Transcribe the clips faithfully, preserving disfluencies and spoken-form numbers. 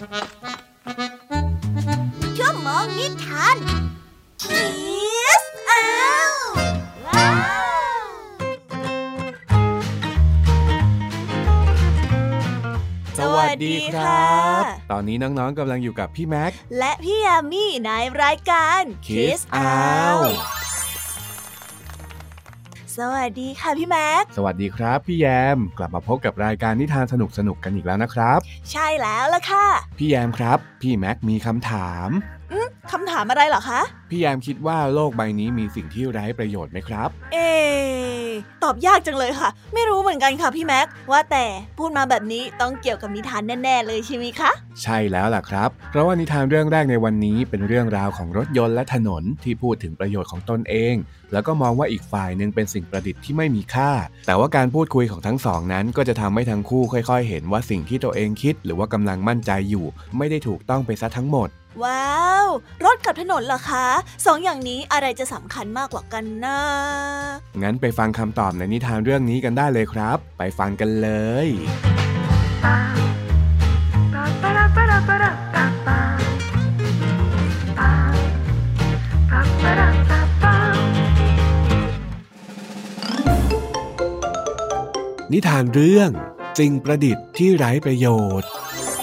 ชั่วโมงนิทาน Kiss Out ว้าวสวัสดีครับตอนนี้น้องๆกำลังอยู่กับพี่แม็กและพี่ยามีในรายการ Kiss Out สวัสดีค่ะพี่แม็กสวัสดีครับพี่แยมกลับมาพบกับรายการนิทานสนุกๆกันอีกแล้วนะครับใช่แล้วล่ะค่ะพี่แยมครับพี่แม็กมีคำถามอืมคำถามอะไรเหรอคะพี่แยมคิดว่าโลกใบนี้มีสิ่งที่ไร้ประโยชน์ไหมครับเอตอบยากจังเลยค่ะไม่รู้เหมือนกันค่ะพี่แม็กว่าแต่พูดมาแบบนี้ต้องเกี่ยวกับนิทานแน่ๆเลยใช่ไหมคะใช่แล้วล่ะครับเพราะว่านิทานเรื่องแรกในวันนี้เป็นเรื่องราวของรถยนต์และถนนที่พูดถึงประโยชน์ของตนเองแล้วก็มองว่าอีกฝ่ายนึงเป็นสิ่งประดิษฐ์ที่ไม่มีค่าแต่ว่าการพูดคุยของทั้งสองนั้นก็จะทำให้ทั้งคู่ค่อยๆเห็นว่าสิ่งที่ตัวเองคิดหรือว่ากำลังมั่นใจอยู่ไม่ได้ถูกต้องไปซะทั้งหมดว้าวรถกับถนนเหรอคะสองอย่างนี้อะไรจะสำคัญมากกว่ากันนะงั้นไปฟังคำตอบในนิทานเรื่องนี้กันได้เลยครับไปฟังกันเลยนิทานเรื่องสิ่งประดิษฐ์ที่ไร้ประโยชน์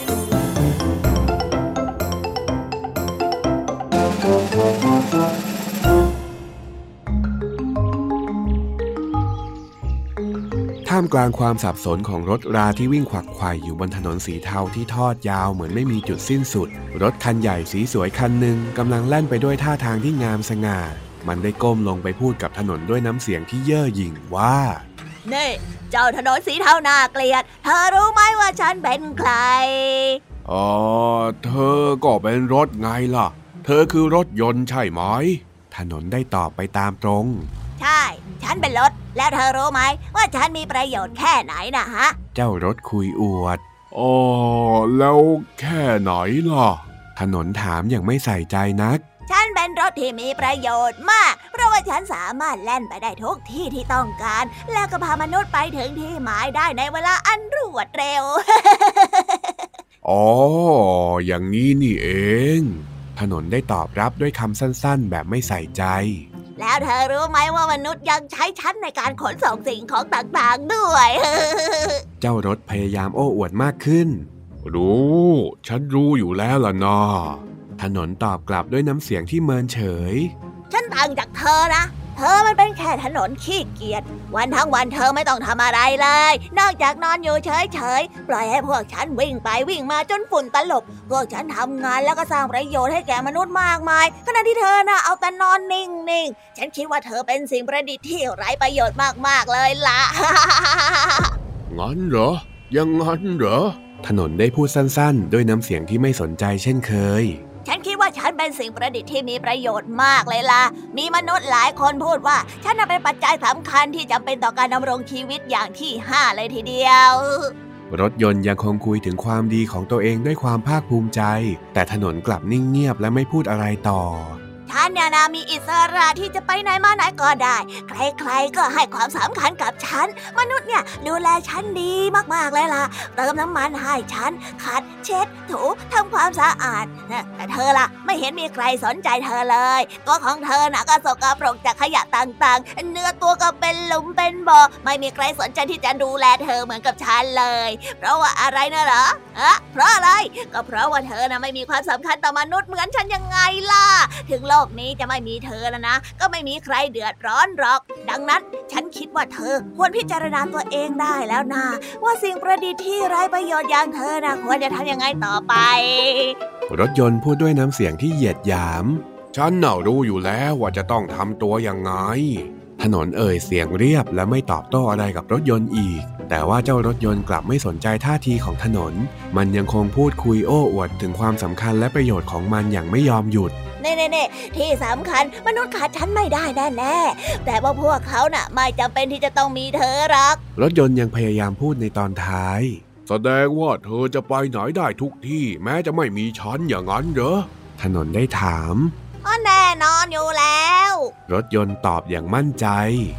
ท่ามกลางความสับสนของรถราที่วิ่งขวักไขว่อยู่บนถนนสีเทาที่ทอดยาวเหมือนไม่มีจุดสิ้นสุดรถคันใหญ่สีสวยคันหนึ่งกำลังแล่นไปด้วยท่าทางที่งามสง่ามันได้ก้มลงไปพูดกับถนนด้วยน้ำเสียงที่เย่อหยิ่งว่านี่เจ้าถนนสีเทาน่าเกลียดเธอรู้ไหมว่าฉันเป็นใครอ๋อเธอก็เป็นรถไงล่ะเธอคือรถยนต์ใช่ไหมถนนได้ตอบไปตามตรงใช่ฉันเป็นรถแล้วเธอรู้ไหมว่าฉันมีประโยชน์แค่ไหนนะฮะเจ้ารถคุยอวดอ๋อแล้วแค่ไหนล่ะถนนถามอย่างไม่ใส่ใจนักฉันเป็นรถที่มีประโยชน์มากเพราะว่าฉันสามารถแล่นไปได้ทุกที่ที่ต้องการแล้วก็พามนุษย์ไปถึงที่หมายได้ในเวลาอันรวดเร็วอ๋ออย่างนี้นี่เองถนนได้ตอบรับด้วยคำสั้นๆแบบไม่ใส่ใจแล้วเธอรู้ไหมว่ามนุษย์ยังใช้ฉันในการขนส่งสิ่งของต่างๆด้วยเจ้ารถพยายามโอ้อวดมากขึ้นรู้ฉันรู้อยู่แล้วล่ะนะถนนตอบกลับด้วยน้ำเสียงที่เมินเฉยฉันต่างจากเธอนะเธอมันเป็นแค่ถนนขี้เกียจวันทั้งวันเธอไม่ต้องทำอะไรเลยนอกจากนอนอยู่เฉยๆปล่อยให้พวกฉันวิ่งไปวิ่งมาจนฝุ่นตลบพวกฉันทำงานแล้วก็สร้างประโยชน์ให้แก่มนุษย์มากมายขณะที่เธอน่ะเอาแต่นอนนิ่งๆฉันคิดว่าเธอเป็นสิ่งประดิษฐ์ที่ไร้ประโยชน์มากๆเลยล่ะงั้นเหรอยังงั้นเหรอถนนได้พูดสั้นๆด้วยน้ำเสียงที่ไม่สนใจเช่นเคยฉันคิดว่าฉันเป็นสิ่งประดิษฐ์ที่มีประโยชน์มากเลยล่ะมีมนุษย์หลายคนพูดว่าฉันเป็นปัจจัยสำคัญที่จำเป็นต่อการดำรงชีวิตอย่างที่ห้าเลยทีเดียวรถยนต์ยังคงคุยถึงความดีของตัวเองด้วยความภาคภูมิใจแต่ถนนกลับนิ่งเงียบและไม่พูดอะไรต่อฉันเนี่ยนะมีอิสระที่จะไปไหนมาไหนก็ได้ใครๆก็ให้ความสำคัญกับฉันมนุษย์เนี่ยดูแลฉันดีมากๆเลยล่ะเติมน้ำมันให้ฉันขัดเช็ดถูทำความสะอาดแต่เธอล่ะไม่เห็นมีใครสนใจเธอเลยตัวของเธอน่ะก็สกปรกจากขยะต่างๆเนื้อตัวก็เป็นหลุมเป็นบ่อไม่มีใครสนใจที่จะดูแลเธอเหมือนกับฉันเลยเพราะว่าอะไรนะเหรออะเพราะอะไรก็เพราะว่าเธอน่ะไม่มีความสำคัญต่อมนุษย์เหมือนฉันยังไงล่ะถึงโลกนี้จะไม่มีเธอแล้วนะก็ไม่มีใครเดือดร้อนหรอกดังนั้นฉันคิดว่าเธอควรพิจารณาตัวเองได้แล้วนะว่าสิ่งประดิษฐ์ที่ไร้ประโยชน์อย่างเธอนะควรจะทำยังไงต่อไปรถยนต์พูดด้วยน้ำเสียงที่เหยียดหยามฉันน่ะรู้อยู่แล้วว่าจะต้องทำตัวยังไงถนนเอ่ยเสียงเรียบและไม่ตอบโต้อะไรกับรถยนต์อีกแต่ว่าเจ้ารถยนต์กลับไม่สนใจท่าทีของถนนมันยังคงพูดคุยโอ้อวดถึงความสำคัญและประโยชน์ของมันอย่างไม่ยอมหยุดเน่ๆๆที่สำคัญมนุษย์ขาดฉันไม่ได้แน่ๆแต่ว่าพวกเขาน่ะไม่จำเป็นที่จะต้องมีเธอหรอกรถยนต์ยังพยายามพูดในตอนท้ายแสดงว่าเธอจะไปไหนได้ทุกที่แม้จะไม่มีฉันอย่างนั้นเหรอถนนได้ถามอ๋อแน่นอนอยู่แล้วรถยนต์ตอบอย่างมั่นใจ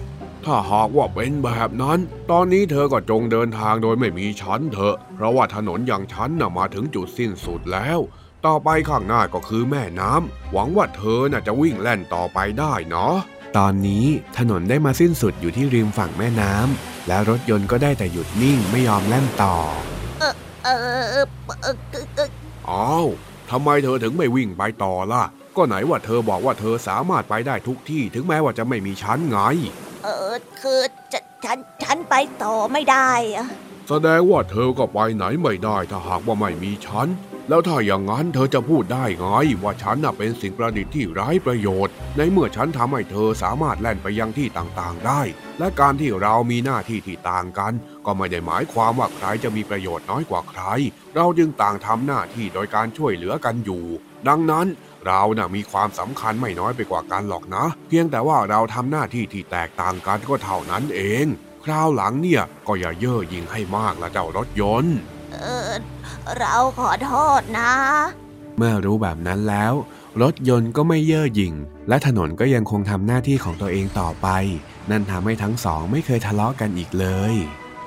ถ้าหากว่าเป็นแบบนั้นตอนนี้เธอก็จงเดินทางโดยไม่มีฉันเถอะเพราะว่าถนนอย่างฉันน่ะมาถึงจุดสิ้นสุดแล้วต่อไปข้างหน้าก็คือแม่น้ำหวังว่าเธอน่ะจะวิ่งแล่นต่อไปได้เนาะตอนนี้ถนนได้มาสิ้นสุดอยู่ที่ริมฝั่งแม่น้ำแล้วรถยนต์ก็ได้แต่หยุดนิ่งไม่ยอมแล่นต่อเออเออเออเอออ้าวทำไมเธอถึงไม่วิ่งไปต่อล่ะก็ไหนว่าเธอบอกว่าเธอสามารถไปได้ทุกที่ถึงแม้ว่าจะไม่มีฉันไงเออคือฉันฉันไปต่อไม่ได้อะแสดงว่าเธอก็ไปไหนไม่ได้ถ้าหากว่าไม่มีฉันแล้วถ้าอย่างนั้นเธอจะพูดได้ไงว่าฉันน่ะเป็นสิ่งประดิษฐ์ที่ไร้ประโยชน์ในเมื่อฉันทำให้เธอสามารถแล่นไปยังที่ต่างๆได้และการที่เรามีหน้าที่ที่ต่างกันก็ไม่ได้หมายความว่าใครจะมีประโยชน์น้อยกว่าใครเราจึงต่างทำหน้าที่โดยการช่วยเหลือกันอยู่ดังนั้นเราน่ะมีความสำคัญไม่น้อยไปกว่ากันหรอกนะเพียงแต่ว่าเราทำหน้าที่ที่แตกต่างกันก็เท่านั้นเองคราวหลังเนี่ยก็อย่าเย่อหยิ่งให้มากละเจ้ารถยนต์เออเราขอโทษนะเมื่อรู้แบบนั้นแล้วรถยนต์ก็ไม่เย่อหยิ่งและถนนก็ยังคงทำหน้าที่ของตัวเองต่อไปนั่นทำให้ทั้งสองไม่เคยทะเลาะกันอีกเลย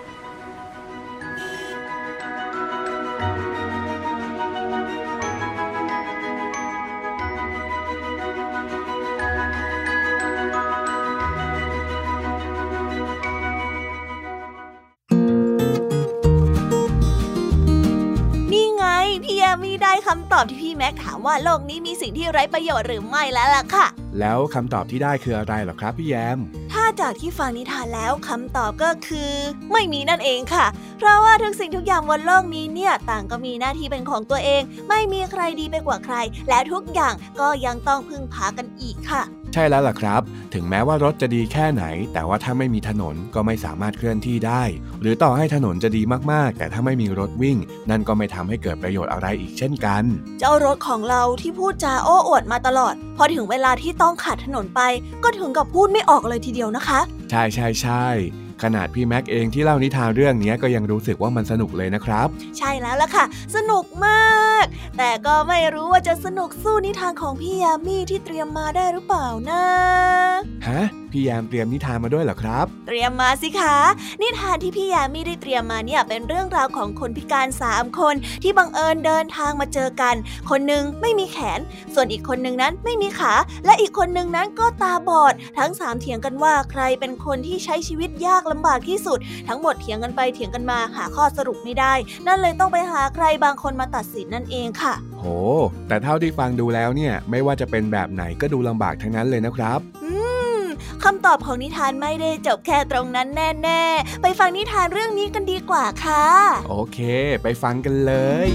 คำตอบที่พี่แม็กถามว่าโลกนี้มีสิ่งที่ไร้ประโยชน์หรือไม่แล้วล่ะค่ะแล้วคำตอบที่ได้คืออะไรหรอครับพี่แยมถ้าจากที่ฟังนิทานแล้วคำตอบก็คือไม่มีนั่นเองค่ะเพราะว่าทุกสิ่งทุกอย่างบนโลกนี้เนี่ยต่างก็มีหน้าที่เป็นของตัวเองไม่มีใครดีไปกว่าใครและทุกอย่างก็ยังต้องพึ่งพากันอีกค่ะใช่แล้วล่ะครับถึงแม้ว่ารถจะดีแค่ไหนแต่ว่าถ้าไม่มีถนนก็ไม่สามารถเคลื่อนที่ได้หรือต่อให้ถนนจะดีมากๆแต่ถ้าไม่มีรถวิ่งนั่นก็ไม่ทำให้เกิดประโยชน์อะไรอีกเช่นกันเจ้ารถของเราที่พูดจาโอ้อวดมาตลอดพอถึงเวลาที่ต้องขาดถนนไปก็ถึงกับพูดไม่ออกเลยทีเดียวนะคะใช่ใช่ใช่ขนาดพี่แม็กเองที่เล่านิทานเรื่องนี้ก็ยังรู้สึกว่ามันสนุกเลยนะครับใช่แล้วล่ะค่ะสนุกมากแต่ก็ไม่รู้ว่าจะสนุกสู้นิทานของพี่ยามีที่เตรียมมาได้หรือเปล่านะฮะพี่ยามเตรียมนิทานมาด้วยเหรอครับเตรียมมาสิคะนิทานที่พี่ยามีได้เตรียมมาเนี่ยเป็นเรื่องราวของคนพิการสามคนที่บังเอิญเดินทางมาเจอกันคนนึงไม่มีแขนส่วนอีกคนนึงนั้นไม่มีขาและอีกคนนึงนั้นก็ตาบอดทั้งสามเถียงกันว่าใครเป็นคนที่ใช้ชีวิตยากลำบากที่สุดทั้งหมดเถียงกันไปเถียงกันมาหาข้อสรุปไม่ได้นั่นเลยต้องไปหาใครบางคนมาตัดสินนั่นเองค่ะโหแต่เท่าที่ฟังดูแล้วเนี่ยไม่ว่าจะเป็นแบบไหนก็ดูลำบากทั้งนั้นเลยนะครับอืมคำตอบของนิทานไม่ได้จบแค่ตรงนั้นแน่ๆไปฟังนิทานเรื่องนี้กันดีกว่าค่ะโอเคไปฟังกันเลย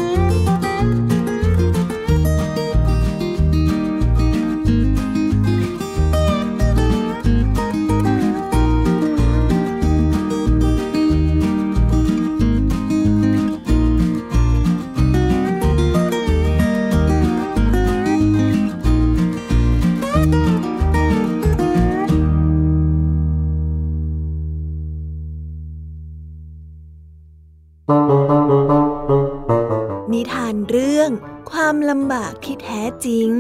นิทานเรื่องความลำบากที่แท้จริง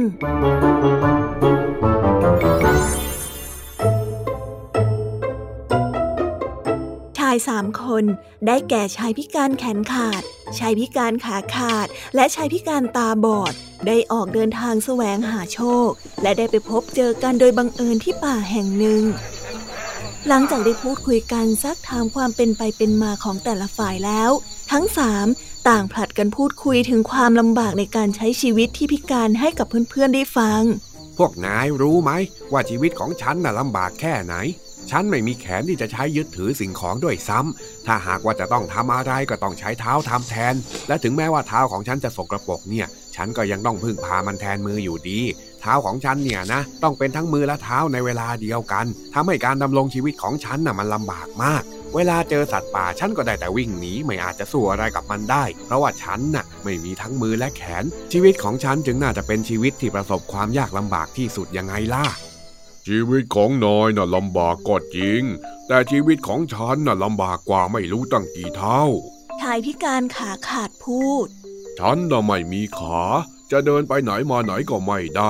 ชายสามคนได้แก่ชายพิการแขนขาดชายพิการขาขาดและชายพิการตาบอดได้ออกเดินทางแสวงหาโชคและได้ไปพบเจอกันโดยบังเอิญที่ป่าแห่งหนึ่งหลังจากได้พูดคุยกันซักถามความเป็นไปเป็นมาของแต่ละฝ่ายแล้วทั้งสามต่างผลัดกันพูดคุยถึงความลำบากในการใช้ชีวิตที่พิการให้กับเพื่อนๆได้ฟังพวกนายรู้ไหมว่าชีวิตของฉันน่ะลำบากแค่ไหนฉันไม่มีแขนที่จะใช้ยึดถือสิ่งของด้วยซ้ำถ้าหากว่าจะต้องทำอะไรก็ต้องใช้เท้าทำแทนและถึงแม้ว่าเท้าของฉันจะสกปรกเนี่ยฉันก็ยังต้องพึ่งพามันแทนมืออยู่ดีเท้าของฉันเนี่ยนะต้องเป็นทั้งมือและเท้าในเวลาเดียวกันทำให้การดำรงชีวิตของฉันน่ะมันลำบากมากเวลาเจอสัตว์ป่าฉันก็ได้แต่วิ่งหนีไม่อาจจะสู้อะไรกับมันได้เพราะว่าฉันน่ะไม่มีทั้งมือและแขนชีวิตของฉันจึงน่าจะเป็นชีวิตที่ประสบความยากลำบากที่สุดยังไงล่ะชีวิตของนายน่ะลำบากก็จริงแต่ชีวิตของฉันน่ะลำบากกว่าไม่รู้ตั้งกี่เท่าชายพิการขาขาดพูดฉันน่ะไม่มีขาจะเดินไปไหนมาไหนก็ไม่ได้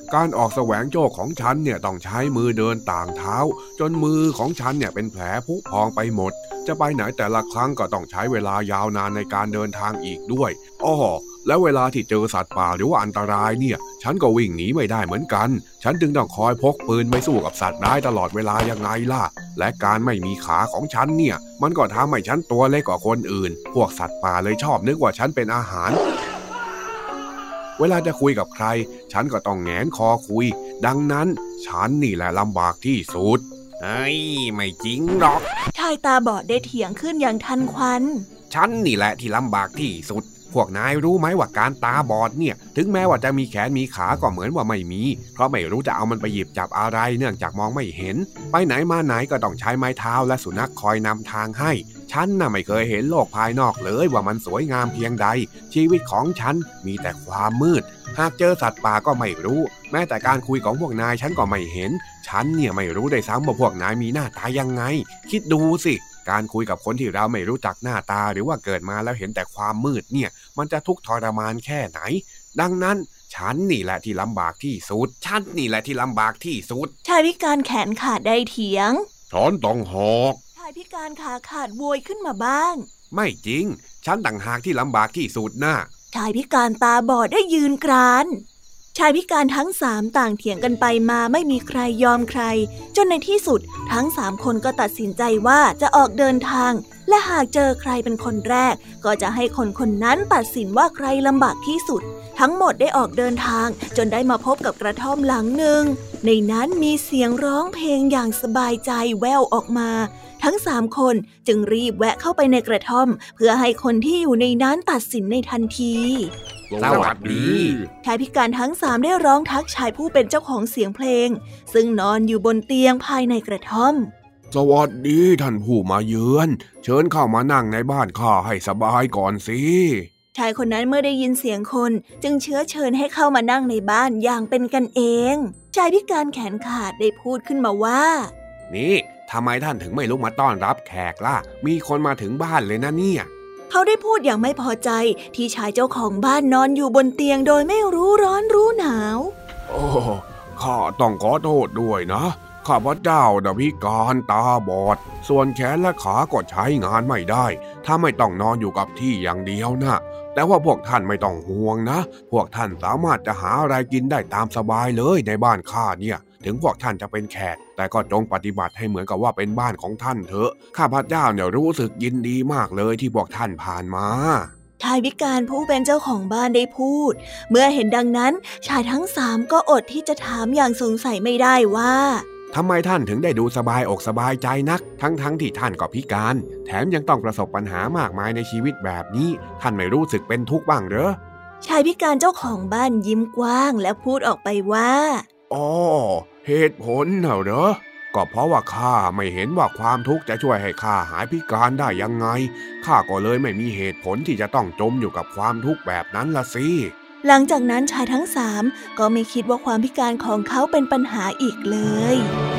การออกแสวงโชคของฉันเนี่ยต้องใช้มือเดินต่างเท้าจนมือของฉันเนี่ยเป็นแผลผุพองไปหมดจะไปไหนแต่ละครั้งก็ต้องใช้เวลายาวนานในการเดินทางอีกด้วยอ้อแล้วเวลาที่เจอสัตว์ป่าหรือว่าอันตรายเนี่ยฉันก็วิ่งหนีไม่ได้เหมือนกันฉันจึงต้องคอยพกปืนไปสู้กับสัตว์ร้ายตลอดเวลายังไงล่ะและการไม่มีขาของฉันเนี่ยมันก็ทำให้ฉันตัวเล็กกว่าคนอื่นพวกสัตว์ป่าเลยชอบนึกว่าฉันเป็นอาหารเวลาจะคุยกับใครฉันก็ต้องแหงนคอคุยดังนั้นฉันนี่แหละลำบากที่สุดเฮ้ยไม่จริงหรอกชายตาบอดได้เถียงขึ้นอย่างทันควันฉันนี่แหละที่ลำบากที่สุดพวกนายรู้ไหมว่าการตาบอดเนี่ยถึงแม้ว่าจะมีแขนมีขาก็เหมือนว่าไม่มีเพราะไม่รู้จะเอามันไปหยิบจับอะไรเนื่องจากมองไม่เห็นไปไหนมาไหนก็ต้องใช้ไม้เท้าและสุนัขคอยนำทางให้ฉันน่ะไม่เคยเห็นโลกภายนอกเลยว่ามันสวยงามเพียงใดชีวิตของฉันมีแต่ความมืดหากเจอสัตว์ป่าก็ไม่รู้แม้แต่การคุยของพวกนายฉันก็ไม่เห็นฉันเนี่ยไม่รู้ได้ซ้ำว่าพวกนายมีหน้าตายังไงคิดดูสิการคุยกับคนที่เราไม่รู้จักหน้าตาหรือว่าเกิดมาแล้วเห็นแต่ความมืดเนี่ยมันจะทุกข์ทรมานแค่ไหนดังนั้นฉันนี่แหละที่ลำบากที่สุดฉันนี่แหละที่ลำบากที่สุดชายพิการแขนขาดได้เถียงฉันต้องหอกชายพิการขาขาดโวยขึ้นมาบ้างไม่จริงฉันต่างหากที่ลำบากที่สุดนะชายพิการตาบอดได้ยืนกรานชายพิการทั้งสามต่างเถียงกันไปมาไม่มีใครยอมใครจนในที่สุดทั้งสามคนก็ตัดสินใจว่าจะออกเดินทางและหากเจอใครเป็นคนแรกก็จะให้คนคนนั้นตัดสินว่าใครลำบากที่สุดทั้งหมดได้ออกเดินทางจนได้มาพบกับกระท่อมหลังหนึ่งในนั้นมีเสียงร้องเพลงอย่างสบายใจแว่วออกมาทั้งสามคนจึงรีบแวะเข้าไปในกระท่อมเพื่อให้คนที่อยู่ในนั้นตัดสินในทันทีสวัสดีชายพิการทั้งสามได้ร้องทักชายผู้เป็นเจ้าของเสียงเพลงซึ่งนอนอยู่บนเตียงภายในกระท่อมสวัสดีท่านผู้มาเยือนเชิญเข้ามานั่งในบ้านข้าให้สบายก่อนสิชายคนนั้นเมื่อได้ยินเสียงคนจึงเชื้อเชิญให้เข้ามานั่งในบ้านอย่างเป็นกันเองชายพิการแขนขาดได้พูดขึ้นมาว่านี่ทำไมท่านถึงไม่ลุกมาต้อนรับแขกล่ะมีคนมาถึงบ้านเลยนะเนี่ยเขาได้พูดอย่างไม่พอใจที่ชายเจ้าของบ้านนอนอยู่บนเตียงโดยไม่รู้ร้อนรู้หนาวโอ้ข้าต้องขอโทษด้วยนะข้าพเจ้าน่ะพิการตาบอดส่วนแขนและขาก็ใช้งานไม่ได้ถ้าไม่ต้องนอนอยู่กับที่อย่างเดียวนะแต่ว่าพวกท่านไม่ต้องห่วงนะพวกท่านสามารถจะหาอะไรกินได้ตามสบายเลยในบ้านข้าเนี่ยถึงพวกท่านจะเป็นแขกแต่ก็จงปฏิบัติให้เหมือนกับว่าเป็นบ้านของท่านเถอะข้าพเจ้าเนี่ยรู้สึกยินดีมากเลยที่พวกท่านผ่านมาชายพิการผู้เป็นเจ้าของบ้านได้พูดเมื่อเห็นดังนั้นชายทั้งสามก็อดที่จะถามอย่างสงสัยไม่ได้ว่าทำไมท่านถึงได้ดูสบายอกสบายใจนักทั้งๆ ท, ที่ท่านก็พิการแถมยังต้องประสบปัญหามากมายในชีวิตแบบนี้ท่านไม่รู้สึกเป็นทุกข์บ้างเหรอชายพิการเจ้าของบ้านยิ้มกว้างและพูดออกไปว่าอ๋อเหตุผลเหรอก็เพราะว่าข้าไม่เห็นว่าความทุกข์จะช่วยให้ข้าหายพิการได้ยังไงข้าก็เลยไม่มีเหตุผลที่จะต้องจมอยู่กับความทุกข์แบบนั้นละสิหลังจากนั้นชายทั้งสามก็ไม่คิดว่าความพิการของเขาเป็นปัญหาอีกเลย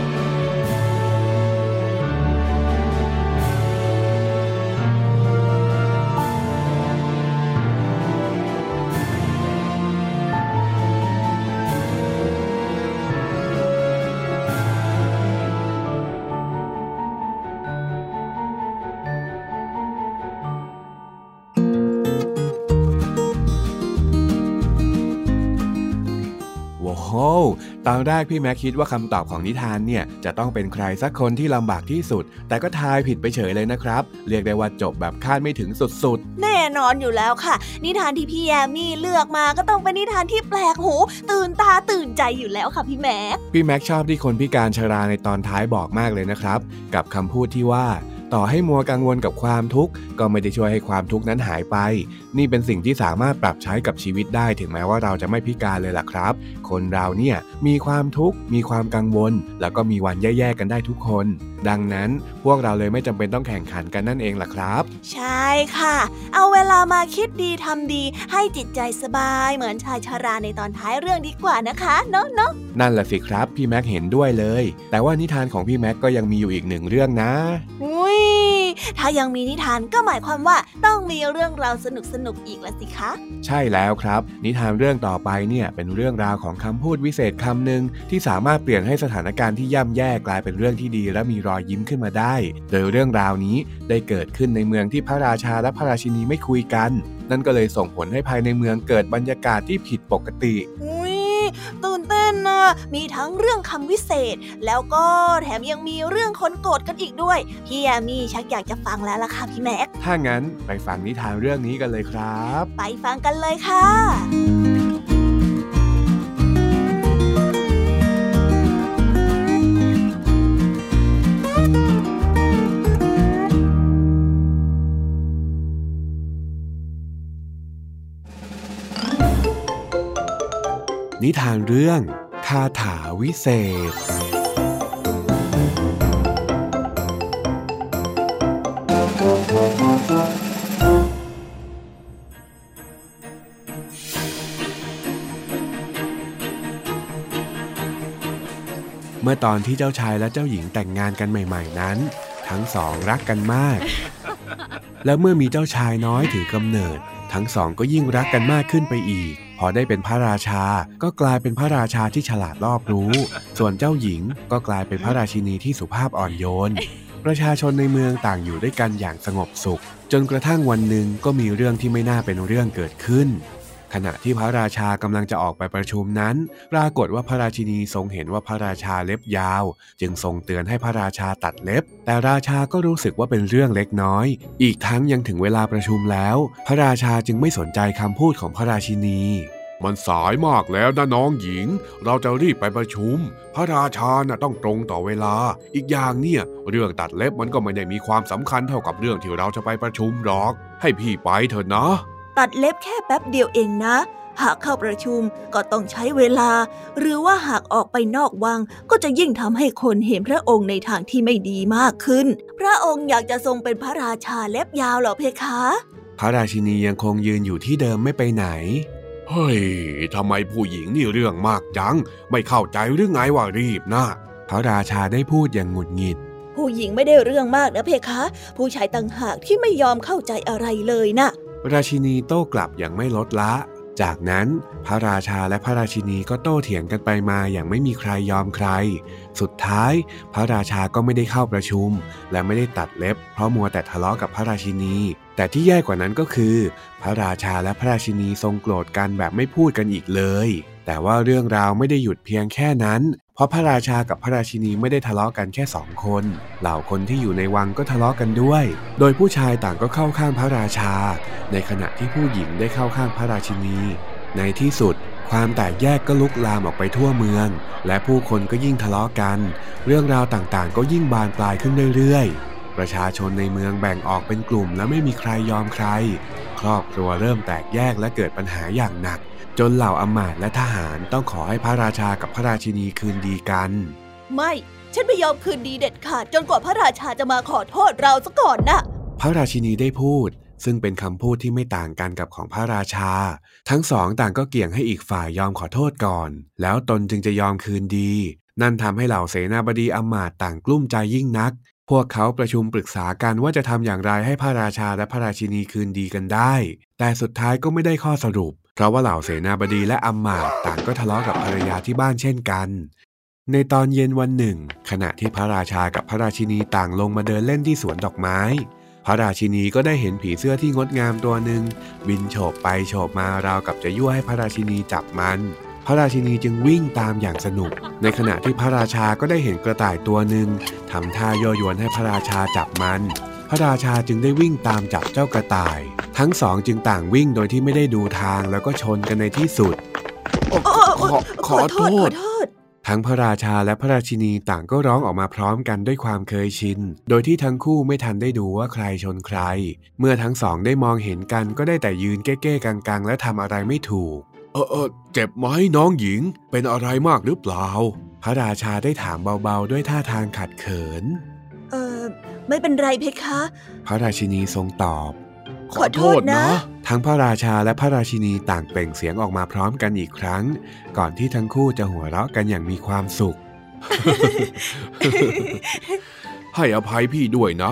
โอ้ตอนแรกพี่แม็กคิดว่าคำตอบของนิทานเนี่ยจะต้องเป็นใครสักคนที่ลำบากที่สุดแต่ก็ทายผิดไปเฉยเลยนะครับเรียกได้ว่าจบแบบคาดไม่ถึงสุดๆแน่นอนอยู่แล้วค่ะนิทานที่พี่แยมมี่เลือกมาก็ต้องเป็นนิทานที่แปลกหูตื่นตาตื่นใจอยู่แล้วค่ะพี่แม็กพี่แม็กชอบที่คนพิการชราในตอนท้ายบอกมากเลยนะครับกับคำพูดที่ว่าต่อให้มัวกังวลกับความทุกข์ก็ไม่ได้ช่วยให้ความทุกข์นั้นหายไปนี่เป็นสิ่งที่สามารถปรับใช้กับชีวิตได้ถึงแม้ว่าเราจะไม่พิการเลยล่ะครับคนเราเนี่ยมีความทุกข์มีความกังวลแล้วก็มีวันแย่ๆกันได้ทุกคนดังนั้นพวกเราเลยไม่จำเป็นต้องแข่งขันกันนั่นเองล่ะครับใช่ค่ะเอาเวลามาคิดดีทำดีให้จิตใจสบายเหมือนชายชราในตอนท้ายเรื่องดีกว่านะคะเนาะเนาะนั่นแหละสิครับพี่แม็กเห็นด้วยเลยแต่ว่านิทานของพี่แม็กก็ยังมีอยู่อีกหนึ่งเรื่องนะอุ้ยถ้ายังมีนิทานก็หมายความว่าต้องมีเรื่องราวสนุกๆอีกละสิคะใช่แล้วครับนิทานเรื่องต่อไปเนี่ยเป็นเรื่องราวของคำพูดวิเศษคำหนึ่งที่สามารถเปลี่ยนให้สถานการณ์ที่ย่ำแย่กลายเป็นเรื่องที่ดีและมีรอยยิ้มขึ้นมาได้โดยเรื่องราวนี้ได้เกิดขึ้นในเมืองที่พระราชาและพระราชินีไม่คุยกันนั่นก็เลยส่งผลให้ภายในเมืองเกิดบรรยากาศที่ผิดปกติตื่นเต้นนะมีทั้งเรื่องคำวิเศษแล้วก็แถมยังมีเรื่องคนโกรธกันอีกด้วยพี่ยามีชักอยากจะฟังแล้วล่ะค่ะพี่แม็กถ้างั้นไปฟังนิทานเรื่องนี้กันเลยครับไปฟังกันเลยค่ะนิทานเรื่องคาถาวิเศษเมื่อตอนที่เจ้าชายและเจ้าหญิงแต่งงานกันใหม่ๆนั้นทั้งสองรักกันมากแล้วเมื่อมีเจ้าชายน้อยถือกำเนิดทั้งสองก็ยิ่งรักกันมากขึ้นไปอีกพอได้เป็นพระราชาก็กลายเป็นพระราชาที่ฉลาดรอบรู้ส่วนเจ้าหญิงก็กลายเป็นพระราชินีที่สุภาพอ่อนโยนประชาชนในเมืองต่างอยู่ด้วยกันอย่างสงบสุขจนกระทั่งวันหนึ่งก็มีเรื่องที่ไม่น่าเป็นเรื่องเกิดขึ้นขณะที่พระราชากำลังจะออกไปประชุมนั้นปรากฏว่าพระราชินีทรงเห็นว่าพระราชาเล็บยาวจึงทรงเตือนให้พระราชาตัดเล็บแต่ราชาก็รู้สึกว่าเป็นเรื่องเล็กน้อยอีกทั้งยังถึงเวลาประชุมแล้วพระราชาจึงไม่สนใจคำพูดของพระราชินีมันสายมากแล้วนะน้องหญิงเราจะรีบไปประชุมพระราชาน่ะต้องตรงต่อเวลาอีกอย่างเนี่ยเรื่องตัดเล็บมันก็ไม่ได้มีความสำคัญเท่ากับเรื่องที่เราจะไปประชุมหรอกให้พี่ไปเถอะนะตัดเล็บแค่แป๊บเดียวเองนะหากเข้าประชุมก็ต้องใช้เวลาหรือว่าหากออกไปนอกวังก็จะยิ่งทำให้คนเห็นพระองค์ในทางที่ไม่ดีมากขึ้นพระองค์อยากจะทรงเป็นพระราชาเล็บยาวเหรอเพคะพระราชินียังคงยืนอยู่ที่เดิมไม่ไปไหนเฮ้ยทำไมผู้หญิงนี่เรื่องมากจังไม่เข้าใจหรือไงว่ารีบนะพระราชาได้พูดอย่างหงุดหงิดผู้หญิงไม่ได้เรื่องมากนะเพคะผู้ชายต่างหากที่ไม่ยอมเข้าใจอะไรเลยนะราชินีโต้กลับอย่างไม่ลดละจากนั้นพระราชาและพระราชินีก็โต้เถียงกันไปมาอย่างไม่มีใครยอมใครสุดท้ายพระราชาก็ไม่ได้เข้าประชุมและไม่ได้ตัดเล็บเพราะมัวแต่ทะเลาะกับพระราชินีแต่ที่แย่กว่านั้นก็คือพระราชาและพระราชินีทรงโกรธกันแบบไม่พูดกันอีกเลยแต่ว่าเรื่องราวไม่ได้หยุดเพียงแค่นั้นเพราะพระราชากับพระราชินีไม่ได้ทะเลาะกันแค่สองคนเหล่าคนที่อยู่ในวังก็ทะเลาะกันด้วยโดยผู้ชายต่างก็เข้าข้างพระราชาในขณะที่ผู้หญิงได้เข้าข้างพระราชินีในที่สุดความแตกแยกก็ลุกลามออกไปทั่วเมืองและผู้คนก็ยิ่งทะเลาะกันเรื่องราวต่างๆก็ยิ่งบานปลายขึ้นเรื่อยๆประชาชนในเมืองแบ่งออกเป็นกลุ่มและไม่มีใครยอมใครครอบครัวเริ่มแตกแยกและเกิดปัญหาอย่างหนักจนเหล่าอมาตย์และทหารต้องขอให้พระราชากับพระราชินีคืนดีกันไม่ฉันไม่ยอมคืนดีเด็ดขาดจนกว่าพระราชาจะมาขอโทษเราซะก่อนนะพระราชินีได้พูดซึ่งเป็นคำพูดที่ไม่ต่างกันกับของพระราชาทั้งสองต่างก็เกี่ยงให้อีกฝ่ายยอมขอโทษก่อนแล้วตนจึงจะยอมคืนดีนั่นทำให้เหล่าเสนาบดีอมาตย์ต่างกลุ้มใจยิ่งนักพวกเขาประชุมปรึกษากันว่าจะทำอย่างไรให้พระราชาและพระราชินีคืนดีกันได้แต่สุดท้ายก็ไม่ได้ข้อสรุปเพราะว่าเหล่าเสนาบดีและอมาตย์ต่างก็ทะเลาะกับภรรยาที่บ้านเช่นกันในตอนเย็นวันหนึ่งขณะที่พระราชากับพระราชินีต่างลงมาเดินเล่นที่สวนดอกไม้พระราชินีก็ได้เห็นผีเสื้อที่งดงามตัวหนึ่งบินโฉบไปโฉบมาราวกับจะยั่วให้พระราชินีจับมันพระราชินีจึงวิ่งตามอย่างสนุกในขณะที่พระราชาก็ได้เห็นกระต่ายตัวหนึ่งทำท่ายั่วยวนให้พระราชาจับมันพระราชาจึงได้วิ่งตามจับเจ้ากระต่ายทั้งสองจึงต่างวิ่งโดยที่ไม่ได้ดูทางแล้วก็ชนกันในที่สุดขอขอโทษทั้งพระราชาและพระราชินีต่างก็ร้องออกมาพร้อมกันด้วยความเคยชินโดยที่ทั้งคู่ไม่ทันได้ดูว่าใครชนใครเมื่อทั้งสองได้มองเห็นกันก็ได้แต่ยืนเก้ๆกังๆและทำอะไรไม่ถูกเออเออเจ็บไหมน้องหญิงเป็นอะไรมากหรือเปล่าพระราชาได้ถามเบาๆด้วยท่าทางขัดเขินเออไม่เป็นไรเพคะพระราชินีทรงตอบขอโทษนะทั้งพระราชาและพระราชินีต่างเปล่งเสียงออกมาพร้อมกันอีกครั้งก่อนที่ทั้งคู่จะหัวเราะกันอย่างมีความสุข ให้อภัยพี่ด้วยนะ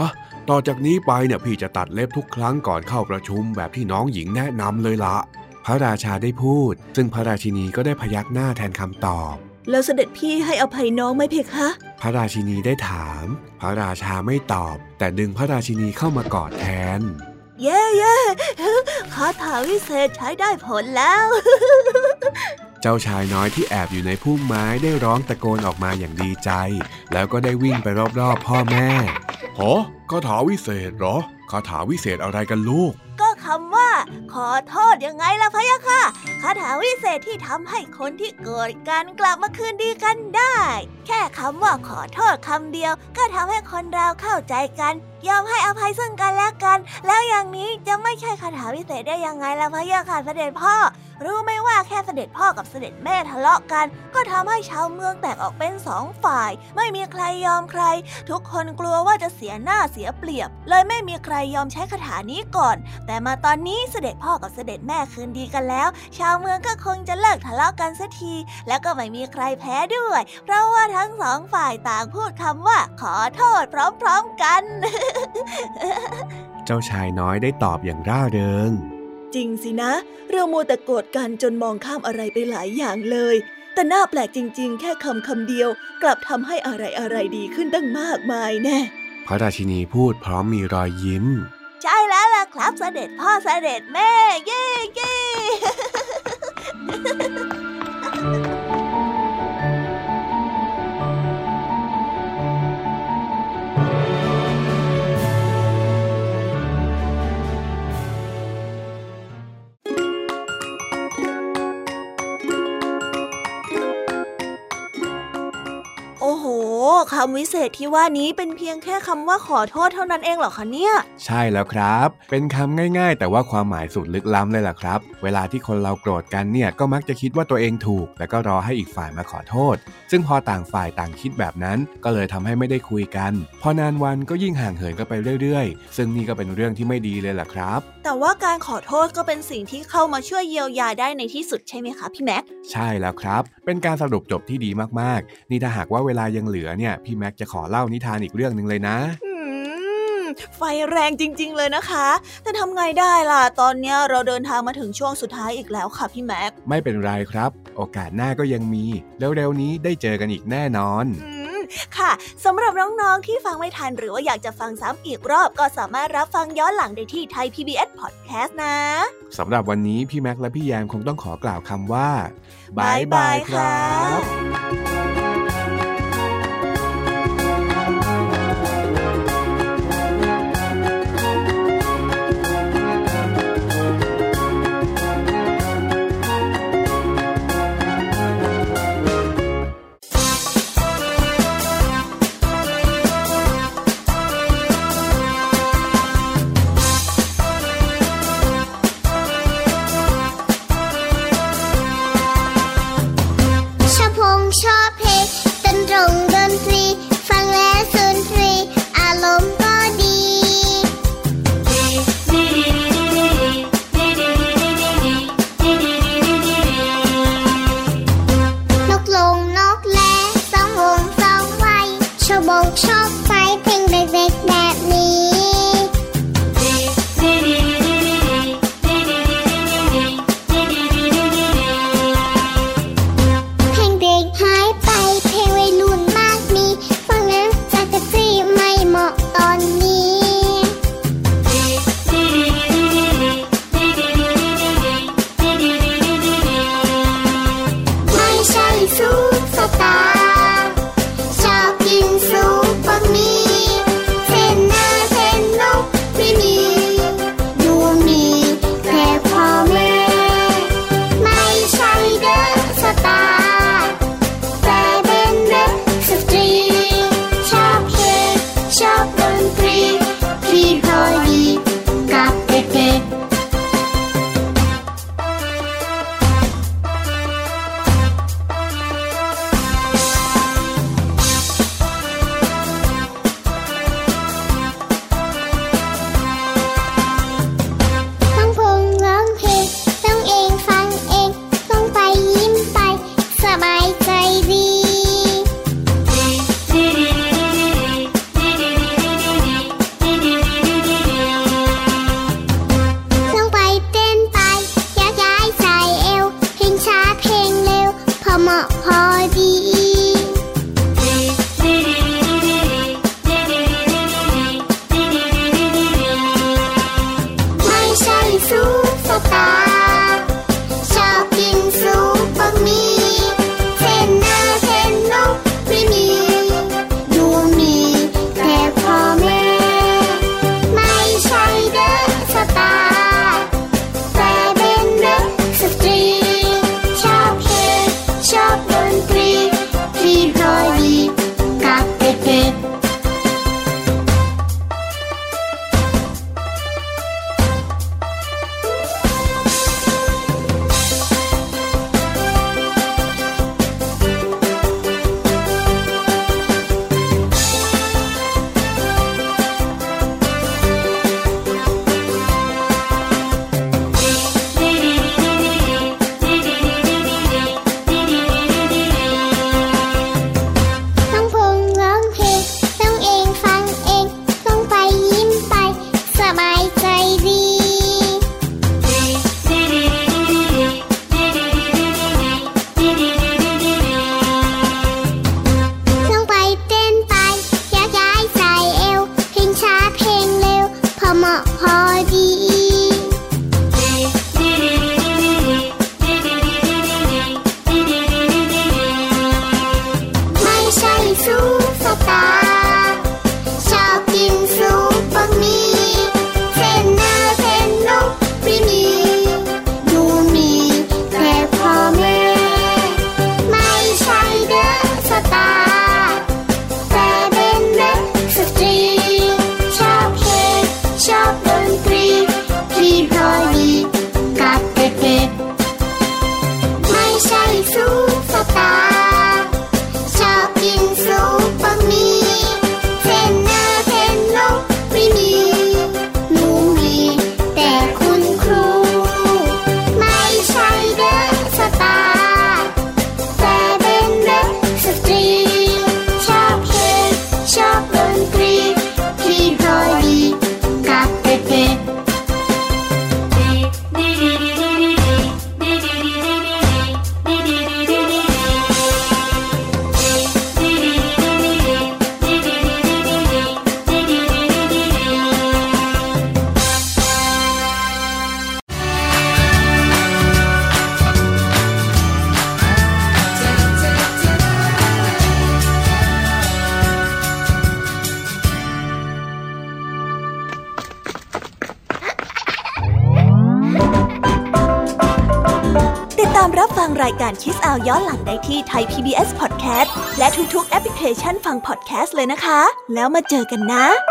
ต่อจากนี้ไปเนี่ยพี่จะตัดเล็บทุกครั้งก่อนเข้าประชุมแบบที่น้องหญิงแนะนำเลยละพระราชาได้พูดซึ่งพระราชินีก็ได้พยักหน้าแทนคำตอบแล้วเสด็จพี่ให้อภัยน้องไหมเพคะพระราชินีได้ถามพระราชาไม่ตอบแต่ดึงพระราชินีเข้ามากอดแทนเย่เย่คาถาวิเศษใช้ได้ผลแล้วเจ้าชายน้อยที่แอบอยู่ในพุ่มไม้ได้ร้องตะโกนออกมาอย่างดีใจแล้วก็ได้วิ่งไปรอบๆพ่อแม่ฮะคาถาวิเศษเหรอคาถาวิเศษอะไรกันลูกก็คำว่าขอโทษยังไงล่ะพะยะค่ะคาถาวิเศษที่ทำให้คนที่โกรธกันกลับมาคืนดีกันได้แค่คำว่าขอโทษคำเดียวก็ทำให้คนเราเข้าใจกันยอมให้อภัยซึ่งกันและกันแล้วอย่างนี้จะไม่ใช่คาถาวิเศษได้ยังไงล่ะพะยะค่ะเสด็จพ่อรู้ไหมว่าแค่เสด็จพ่อกับเสด็จแม่ทะเลาะกันก็ทำให้ชาวเมืองแตกออกเป็นสองฝ่ายไม่มีใครยอมใครทุกคนกลัวว่าจะเสียหน้าเสียเปรียบเลยไม่มีใครยอมใช้คาถานี้ก่อนแต่มาตอนนี้เสด็จพ่อกับเสด็จแม่คืนดีกันแล้วชาวเมืองก็คงจะเลิกทะเลาะกันสักทีแล้วก็ไม่มีใครแพ้ด้วยเพราะว่าทั้งสองฝ่ายต่างพูดคำว่าขอโทษพร้อมๆกันเจ้าชายน้อยได้ตอบอย่างร่าเริงจริงสินะเรามัวแต่โกรธกันจนมองข้ามอะไรไปหลายอย่างเลยแต่น่าแปลกจริงๆแค่คำคำเดียวกลับทำให้อะไรอะไรดีขึ้นตั้งมากมายแน่พระราชินีพูดพร้อมมีรอยยิ้มใช่แล้วล่ะครับเสด็จพ่อเสด็จแม่เย้เย้โอ้โหคำวิเศษที่ว่านี้เป็นเพียงแค่คำว่าขอโทษเท่านั้นเองเหรอคะเนี่ยใช่แล้วครับเป็นคำง่ายๆแต่ว่าความหมายสุดลึกล้ำเลยล่ะครับเวลาที่คนเราโกรธกันเนี่ยก็มักจะคิดว่าตัวเองถูกแล้วก็รอให้อีกฝ่ายมาขอโทษซึ่งพอต่างฝ่ายต่างคิดแบบนั้นก็เลยทำให้ไม่ได้คุยกันพอนานวันก็ยิ่งห่างเหินกันไปเรื่อยๆซึ่งนี่ก็เป็นเรื่องที่ไม่ดีเลยล่ะครับแต่ว่าการขอโทษก็เป็นสิ่งที่เข้ามาช่วยเยียวยาได้ในที่สุดใช่ไหมคะพี่แม็กใช่แล้วครับเป็นการสรุปจบที่ดีมากๆนี่ถ้าหากว่าเวลายังเหลือเนี่ยพี่แม็กจะขอเล่านิทานอีกเรื่องนึงเลยนะไฟแรงจริงๆเลยนะคะแต่ทำไงได้ล่ะตอนนี้เราเดินทางมาถึงช่วงสุดท้ายอีกแล้วค่ะพี่แม็กไม่เป็นไรครับโอกาสหน้าก็ยังมีแล้วเร็วนี้ได้เจอกันอีกแน่นอนค่ะสำหรับน้องๆที่ฟังไม่ทันหรือว่าอยากจะฟังซ้ำอีกรอบก็สามารถรับฟังย้อนหลังได้ที่ Thai พี บี เอส Podcast นะสำหรับวันนี้พี่แม็กและพี่แยมคงต้องขอกล่าวคำว่าบายบายครับชอบเพลงเต้นตรงดนตรีฟังแล้วสุนทรีอารมณ์ก็ดีนกลงนกแลสองวงสองไว้ชอบบกชอบใจเพลงเด็กๆแบบนี้เพลงเด็กหายไปมาะพอดีไม่ใช่ซุปสตาร์ชอบกินซุปบะหมี่เส้นหน้าเส้นนกไม่มีดูมีแต่พ่อแม่ไม่ใช่เดอะสตาร์แต่เป็นเดอะสตรีชอบเพลงชอบดนตรีที่พอดีกับเด็กๆรับฟังรายการ Kids Hour ย้อนหลังได้ที่ไทย พี บี เอส Podcast และทุกๆแอปพลิเคชันฟัง podcast เลยนะคะแล้วมาเจอกันนะ